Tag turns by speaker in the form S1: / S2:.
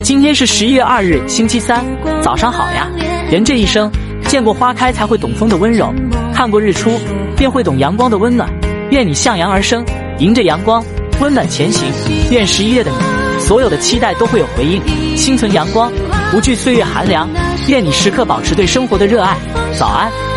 S1: 今天是11月2日，星期三，早上好呀！人这一生，见过花开才会懂风的温柔，看过日出便会懂阳光的温暖。愿你向阳而生，迎着阳光，温暖前行。愿11月的你，所有的期待都会有回应，心存阳光，不惧岁月寒凉。愿你时刻保持对生活的热爱。早安。